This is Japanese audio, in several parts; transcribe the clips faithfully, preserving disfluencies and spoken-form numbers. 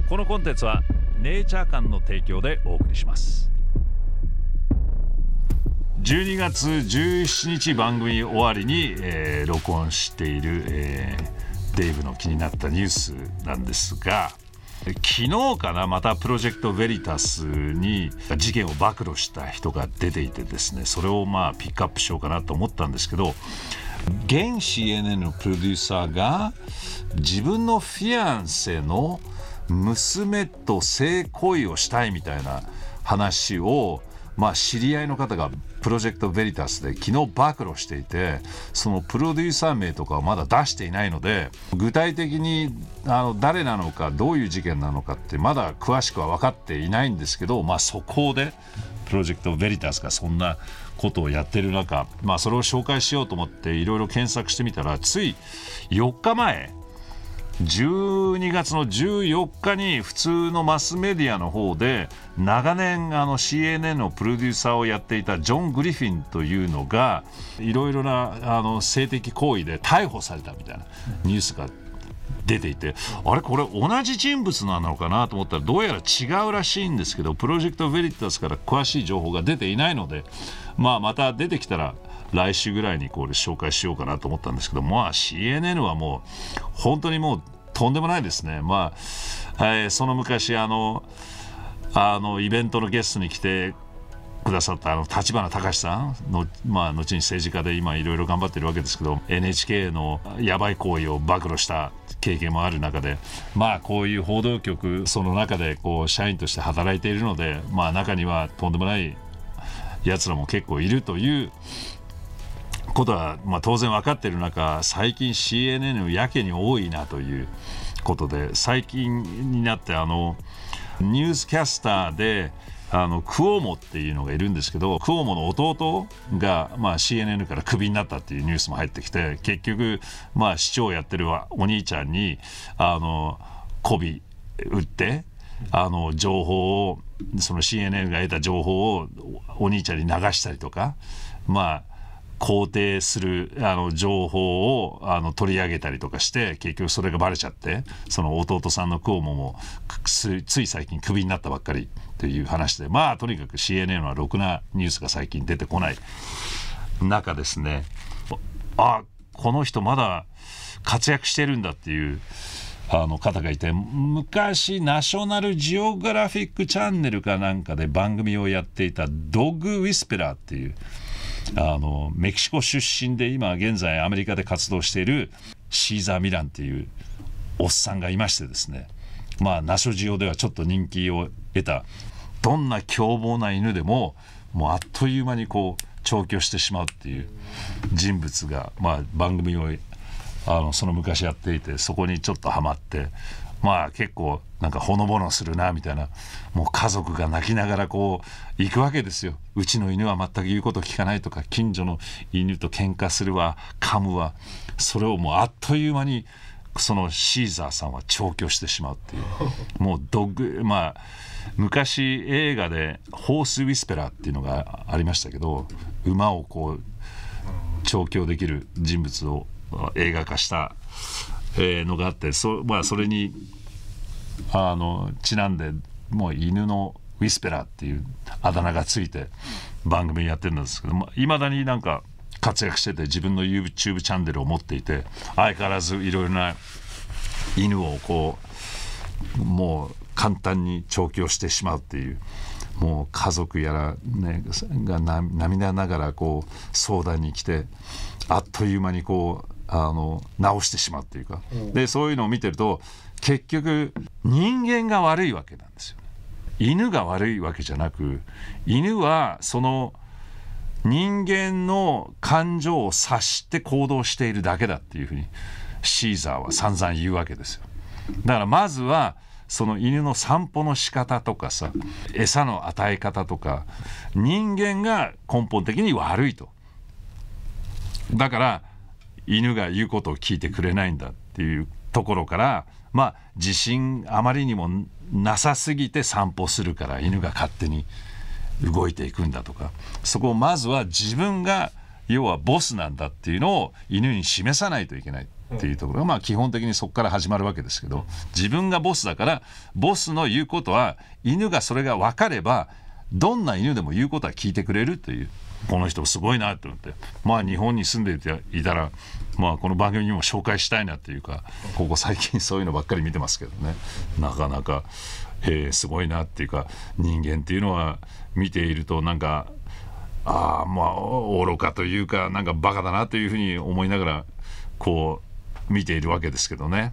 このコンテンツはネイチャー館の提供でお送りします。じゅうにがつじゅうしちにち番組終わりに、えー、録音している、えー、デイブの気になったニュースなんですが、昨日かな、またプロジェクトベリタスに事件を暴露した人が出ていてですね、それをまあピックアップしようかなと思ったんですけど、現 シーエヌエヌ のプロデューサーが自分のフィアンセの娘と性行為をしたいみたいな話を、まあ、知り合いの方がプロジェクトベリタスで昨日暴露していて、そのプロデューサー名とかはまだ出していないので、具体的にあの誰なのかどういう事件なのかってまだ詳しくは分かっていないんですけど、まあ、そこでプロジェクトベリタスがそんなことをやってる中、まあ、それを紹介しようと思っていろいろ検索してみたら、ついよっかまえじゅうにがつのじゅうよっかに普通のマスメディアの方で長年あの シーエヌエヌ のプロデューサーをやっていたジョン・グリフィンというのがいろいろなあの性的行為で逮捕されたみたいなニュースが出ていて、あれこれ同じ人物なのかなと思ったらどうやら違うらしいんですけど、プロジェクトベリタスから詳しい情報が出ていないので、まあ、また出てきたら来週ぐらいにこれ紹介しようかなと思ったんですけど、まあ シーエヌエヌ はもう本当にもうとんでもないですね。まあ、えー、その昔あのあのイベントのゲストに来てくださったあの立花隆さんの、まあ、後に政治家で今いろいろ頑張ってるわけですけど、 エヌエイチケー のやばい行為を暴露した経験もある中で、まあこういう報道局その中でこう社員として働いているので、まあ中にはとんでもないやつらも結構いるということは、まあ、当然分かっている中、最近 シーエヌエヌ やけに多いなということで、最近になってあのニュースキャスターであのクオモっていうのがいるんですけど、クオモの弟が、まあ、シーエヌエヌ からクビになったっていうニュースも入ってきて、結局、まあ、市長をやってるお兄ちゃんにあの媚び売ってあの情報を、その シーエヌエヌ が得た情報をお兄ちゃんに流したりとか、まあ肯定するあの情報をあの取り上げたりとかして、結局それがバレちゃって、その弟さんのクオモもつ, つい最近クビになったばっかりという話で、まあとにかく シーエヌエヌ はろくなニュースが最近出てこない中ですね、あ、この人まだ活躍してるんだっていうあの方がいて、昔ナショナルジオグラフィックチャンネルかなんかで番組をやっていたドッグ・ウィスペラーっていうあのメキシコ出身で今現在アメリカで活動しているシーザー・ミランっていうおっさんがいましてですね、まあナショジオではちょっと人気を得た、どんな凶暴な犬でももうあっという間にこう調教してしまうっていう人物が、まあ、番組をあのその昔やっていて、そこにちょっとハマって、まあ結構なんかほのぼのするなみたいな、もう家族が泣きながらこう行くわけですよ。うちの犬は全く言うこと聞かないとか、近所の犬と喧嘩するわ、噛むわ、それをもうあっという間にそのシーザーさんは調教してしまうっていう、もうドッグ、まあ昔映画でホースウィスペラーっていうのがありましたけど、馬をこう調教できる人物を映画化したのがあって、 そ,、まあ、それにあのちなんでもう犬のウィスペラーっていうあだ名がついて番組やってるんですけど、いまだになんか活躍してて、自分の YouTube チャンネルを持っていて、相変わらずいろいろな犬をこうもう簡単に調教してしまうっていう、もう家族やら、ね、がな涙ながらこう相談に来て、あっという間にこうあの直してしまうっていうか、でそういうのを見てると結局人間が悪いわけなんですよ。犬が悪いわけじゃなく、犬はその人間の感情を察して行動しているだけだっていうふうにシーザーは散々言うわけですよ。だからまずはその犬の散歩の仕方とかさ、餌の与え方とか、人間が根本的に悪いと。だから犬が言うことを聞いてくれないんだっていうところから、まあ自信あまりにもなさすぎて散歩するから犬が勝手に動いていくんだとか、そこをまずは自分が要はボスなんだっていうのを犬に示さないといけない。 っていうところが、まあ、基本的にそこから始まるわけですけど、自分がボスだからボスの言うことは犬がそれが分かればどんな犬でも言うことは聞いてくれるという、この人すごいなと思って、まあ日本に住んでいたら、まあ、この番組にも紹介したいなというか、ここ最近そういうのばっかり見てますけどね、なかなか、えー、すごいなっていうか、人間っていうのは見ているとなんかあまあ愚かというかなんかバカだなというふうに思いながらこう見ているわけですけどね。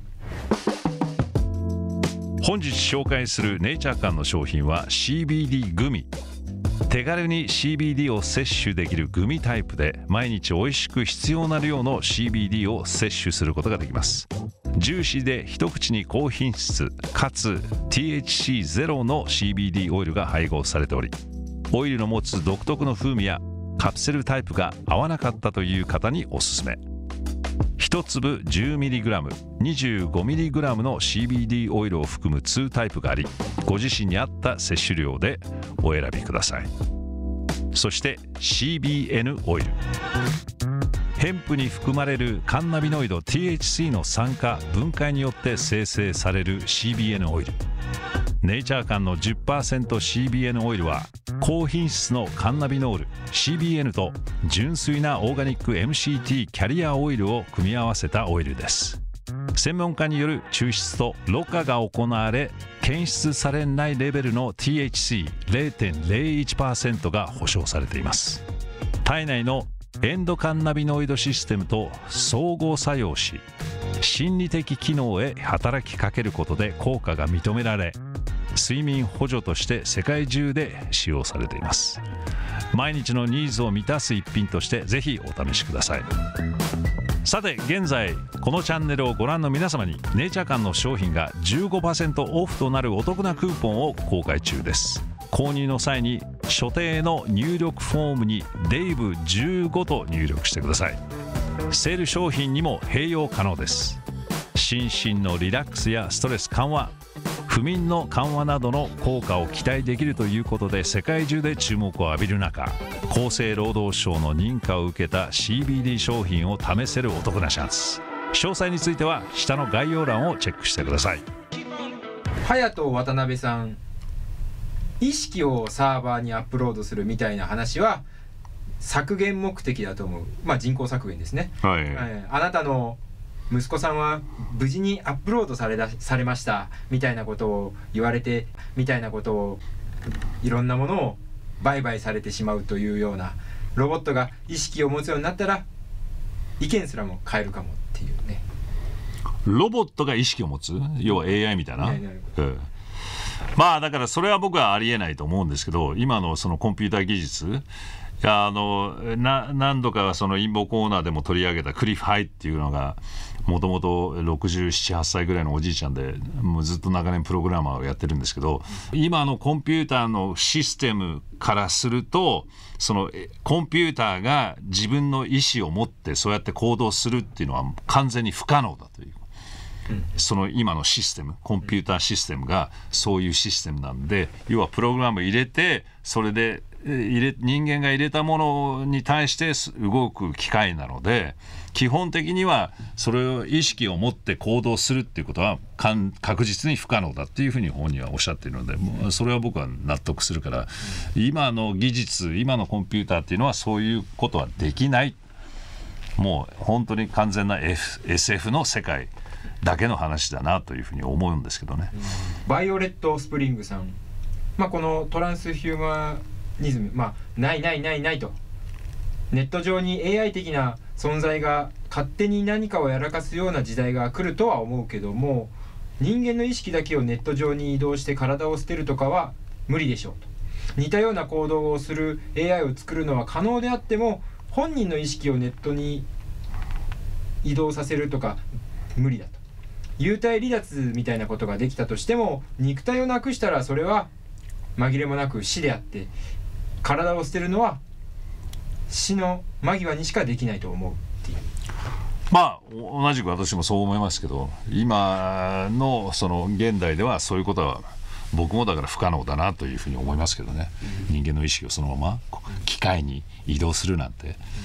本日紹介するネイチャー館の商品は シービーディー グミ。手軽に シービーディー を摂取できるグミタイプで、毎日おいしく必要な量の シービーディー を摂取することができます。ジューシーで一口に高品質かつ ティーエイチシーゼロ の シービーディー オイルが配合されており、オイルの持つ独特の風味やカプセルタイプが合わなかったという方におすすめ。いち粒 じゅうミリグラム、にじゅうごミリグラム の シービーディー オイルを含むにタイプがあり、ご自身に合った摂取量でお選びください。そして シービーエヌ オイル、ヘンプに含まれるカンナビノイド ティーエイチシー の酸化分解によって生成される シービーエヌ オイル。ネイチャー館の じゅっパーセントシービーエヌ オイルは高品質のカンナビノール シービーエヌ と純粋なオーガニック エムシーティー キャリアオイルを組み合わせたオイルです。専門家による抽出とろ過が行われ、検出されないレベルの ティーエイチシーゼロてんゼロいちパーセント が保証されています。体内のエンドカンナビノイドシステムと相互作用し、心理的機能へ働きかけることで効果が認められ、睡眠補助として世界中で使用されています。毎日のニーズを満たす一品としてぜひお試しください。さて現在このチャンネルをご覧の皆様にネイチャー館の商品が じゅうごパーセント オフとなるお得なクーポンを公開中です。購入の際に所定の入力フォームに デイブじゅうご と入力してください。セール商品にも併用可能です。心身のリラックスやストレス緩和、不眠の緩和などの効果を期待できるということで世界中で注目を浴びる中、厚生労働省の認可を受けた シービーディー 商品を試せるお得なチャンス。詳細については下の概要欄をチェックしてください。 隼人渡辺さん、意識をサーバーにアップロードするみたいな話は削減目的だと思う。まあ人口削減ですね、 はい、 えー、あなたの息子さんは無事にアップロードされだされましたみたいなことを言われて、みたいなことをいろんなものを売買されてしまうというような、ロボットが意識を持つようになったら意見すらも変えるかもっていうね。 ロボットが意識を持つ、要は エーアイ みたいな、 ねねうん、まあだからそれは僕はありえないと思うんですけど、今のそのコンピューター技術、いやあのな何度かその陰謀コーナーでも取り上げたクリフ・ハイっていうのが、もともとろくじゅうなな、はっさいぐらいのおじいちゃんで、もうずっと長年プログラマーをやってるんですけど、今のコンピューターのシステムからすると、そのコンピューターが自分の意思を持ってそうやって行動するっていうのは完全に不可能だという、その今のシステム、コンピューターシステムがそういうシステムなんで、要はプログラム入れて、それで入れ人間が入れたものに対して動く機械なので、基本的にはそれを意識を持って行動するっていうことは確実に不可能だっていうふうに本人はおっしゃっているので、もうそれは僕は納得するから、今の技術、今のコンピューターっていうのはそういうことはできない、もう本当に完全な F、エスエフ の世界だけの話だなというふうに思うんですけどね。 バイオレット・スプリングさん、まあ、このトランスヒューマニズム、まあ、ないないないないと、ネット上に エーアイ 的な存在が勝手に何かをやらかすような時代が来るとは思うけども、人間の意識だけをネット上に移動して体を捨てるとかは無理でしょうと。似たような行動をする エーアイ を作るのは可能であっても、本人の意識をネットに移動させるとか無理だと。幽体離脱みたいなことができたとしても、肉体をなくしたらそれは紛れもなく死であって、体を捨てるのは死の間際にしかできないと思うっていう。 まあ同じく私もそう思いますけど、今のその現代ではそういうことは僕もだから不可能だなというふうに思いますけどね、うん、人間の意識をそのまま機械に移動するなんて、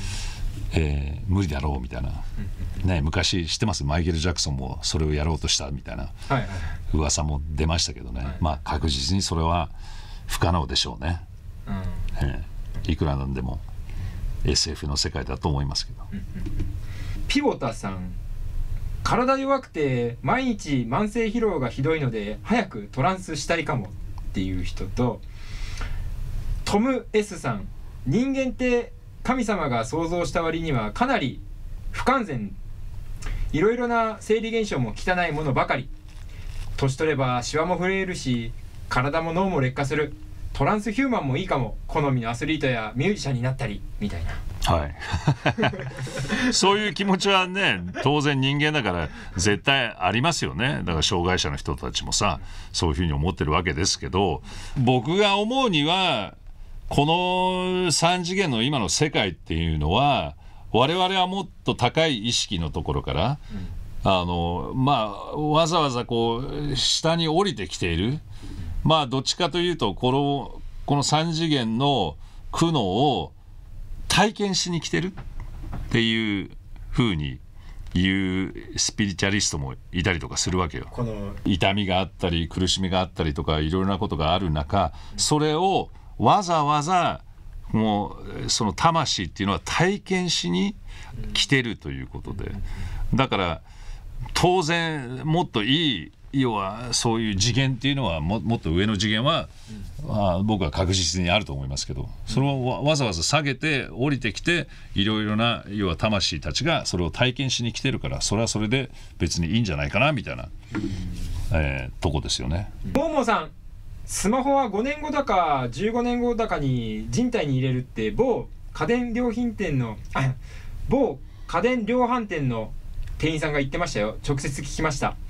えー、無理だろうみたいな、ね、昔知ってます？マイケル・ジャクソンもそれをやろうとしたみたいな噂も出ましたけどね、はいはい、まあ確実にそれは不可能でしょうね、うんえー、いくらなんでも エスエフ の世界だと思いますけど、うんうん、 ピボタさん、体弱くて毎日慢性疲労がひどいので早くトランスしたいかもっていう人と、トム S さん、人間って神様が創造した割にはかなり不完全、いろいろな生理現象も汚いものばかり、年取ればシワも増えるし体も脳も劣化する、トランスヒューマンもいいかも、好みのアスリートやミュージシャンになったりみたいな、 はいそういう気持ちはね当然人間だから絶対ありますよね。だから障害者の人たちもさそういうふうに思ってるわけですけど、僕が思うにはこのさん次元の今の世界っていうのは我々はもっと高い意識のところから、うん、あのまあわざわざこう下に降りてきている、まあどっちかというとこのこのさん次元の苦悩を体験しに来てるっていうふうに言うスピリチュアリストもいたりとかするわけよ。この痛みがあったり苦しみがあったりとかいろいろなことがある中、それをわざわざもうその魂っていうのは体験しに来てるということで、だから当然もっといい、要はそういう次元っていうのは も, もっと上の次元は、うんまあ、僕は確実にあると思いますけど、それを わ, わざわざ下げて降りてきていろいろな要は魂たちがそれを体験しに来てるから、それはそれで別にいいんじゃないかなみたいな、えー、とこですよね。 ボーモさん、スマホはごねんごだかじゅうごねんごだかに人体に入れるって某家電量品店のあ某家電量販店の店員さんが言ってましたよ。直接聞きました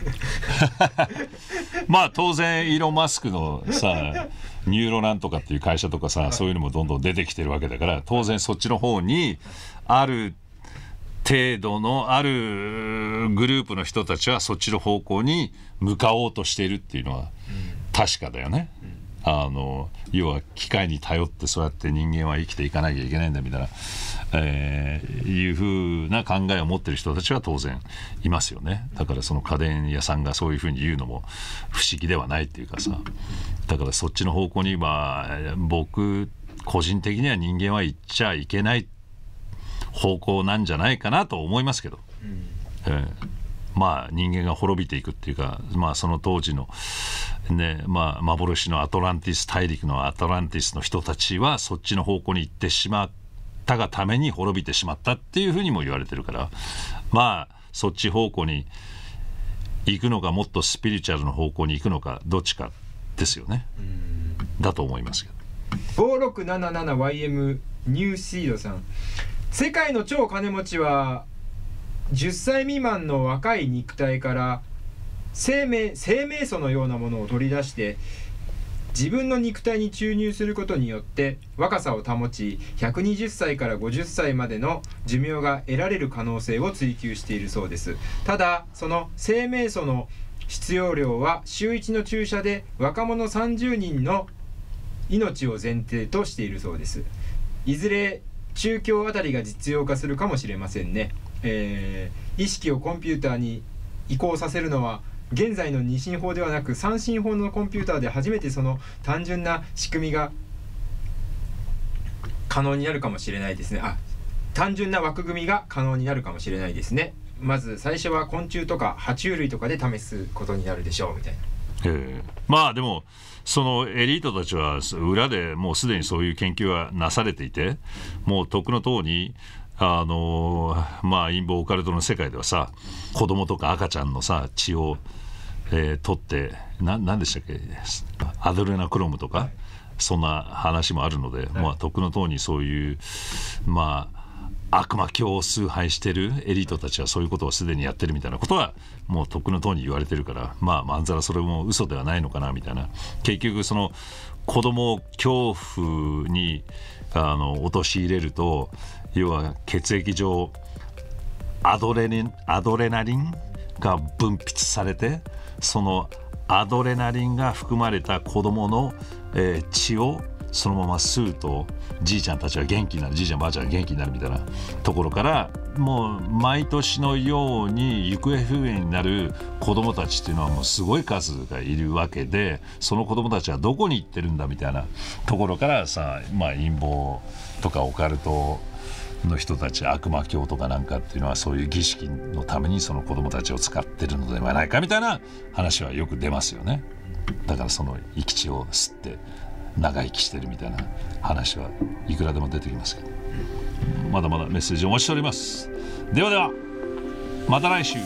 まあ当然イーロン・マスクのさニューロなんとかっていう会社とかさ、そういうのもどんどん出てきてるわけだから、当然そっちの方にある程度のあるグループの人たちはそっちの方向に向かおうとしているっていうのは確かだよね。あの要は機械に頼ってそうやって人間は生きていかなきゃいけないんだみたいな、えー、いうふうな考えを持ってる人たちは当然いますよね。だからその家電屋さんがそういうふうに言うのも不思議ではないっていうかさ、だからそっちの方向には僕個人的には人間は行っちゃいけない方向なんじゃないかなと思いますけど、えーまあ人間が滅びていくっていうか、まあその当時のね、まあ幻のアトランティス大陸のアトランティスの人たちはそっちの方向に行ってしまったがために滅びてしまったっていうふうにも言われてるから、まあそっち方向に行くのかもっとスピリチュアルの方向に行くのかどっちかですよね。だと思いますけど。ごろくななななワイエム ニューシードさん、世界の超金持ちはじゅっさい未満の若い肉体から生命、生命素のようなものを取り出して自分の肉体に注入することによって若さを保ち、ひゃくにじゅっさいからごじゅっさいまでの寿命が得られる可能性を追求しているそうです。ただその生命素の必要量は週いちの注射で若者さんじゅうにんの命を前提としているそうです。いずれ中京あたりが実用化するかもしれませんね。えー、意識をコンピューターに移行させるのは現在の二進法ではなく三進法のコンピューターで初めてその単純な仕組みが可能になるかもしれないですね。あ、単純な枠組みが可能になるかもしれないですね。まず最初は昆虫とか爬虫類とかで試すことになるでしょうみたいな。 えー、まあでもそのエリートたちは裏でもうすでにそういう研究はなされていて、もうとっくのとおりあのまあ陰謀オカルトの世界ではさ、子供とか赤ちゃんのさ血を、えー、取ってな何でしたっけ、アドレナクロムとか、はい、そんな話もあるので、はい、まあとっくのとおりそういうまあ悪魔教を崇拝してるエリートたちはそういうことをすでにやってるみたいなことはもうとっくのとおり言われてるから、まあまんざらそれも嘘ではないのかなみたいな。結局その子供を恐怖にあの陥れると、要は血液上アドレナ、アドレナリンが分泌されて、そのアドレナリンが含まれた子供の、えー、血をそのままスーとじいちゃんたちは元気になる、じいちゃんばあちゃんが元気になるみたいなところから、もう毎年のように行方不明になる子どもたちっていうのはもうすごい数がいるわけで、その子どもたちはどこに行ってるんだみたいなところからさ、まあ陰謀とかオカルトの人たち、悪魔教とかなんかっていうのはそういう儀式のためにその子どもたちを使ってるのではないかみたいな話はよく出ますよね。だからその生き血を吸って長生きしてるみたいな話はいくらでも出てきますけど、まだまだメッセージお待ちしております。ではではまた来週。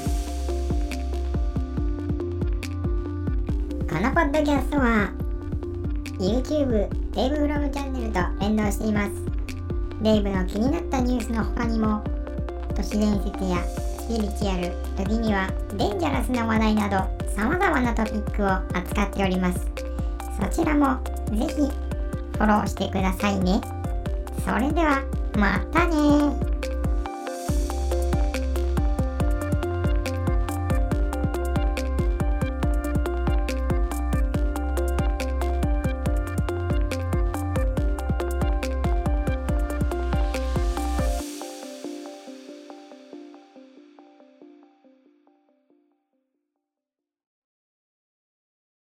このポッドキャストは YouTube デイブフロムチャンネルと連動しています。デイブの気になったニュースの他にも、都市伝説やスピリチュアル、時にはデンジャラスな話題など様々なトピックを扱っております。そちらもぜひフォローしてくださいね。それではまたね。